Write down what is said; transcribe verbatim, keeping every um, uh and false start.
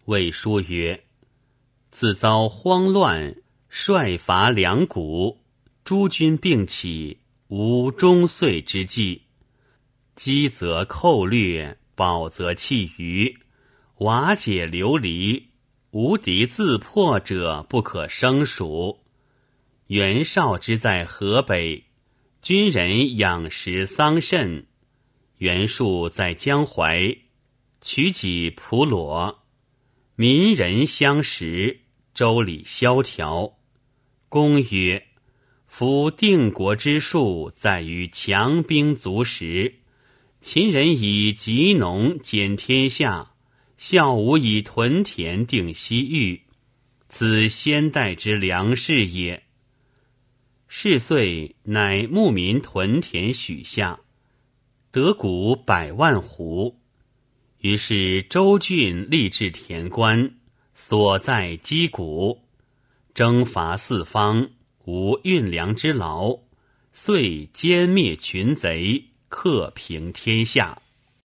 魏书曰：自遭慌乱，率伐两谷，诸军并起，无终岁之计。饥则寇掠，饱则弃余，瓦解流离，无敌自破者不可胜数。袁绍之在河北，军人养食桑葚；袁术在江淮，取己蒲罗，民人相食，周礼萧条。公曰：夫定国之术，在于强兵足食。秦人以集农兼天下，孝武以屯田定西域，此先代之良事也。是岁，乃牧民屯田许下，得谷百万斛。于是周郡立置田官，所在击鼓，征伐四方，无运粮之劳，遂歼灭群贼，克平天下。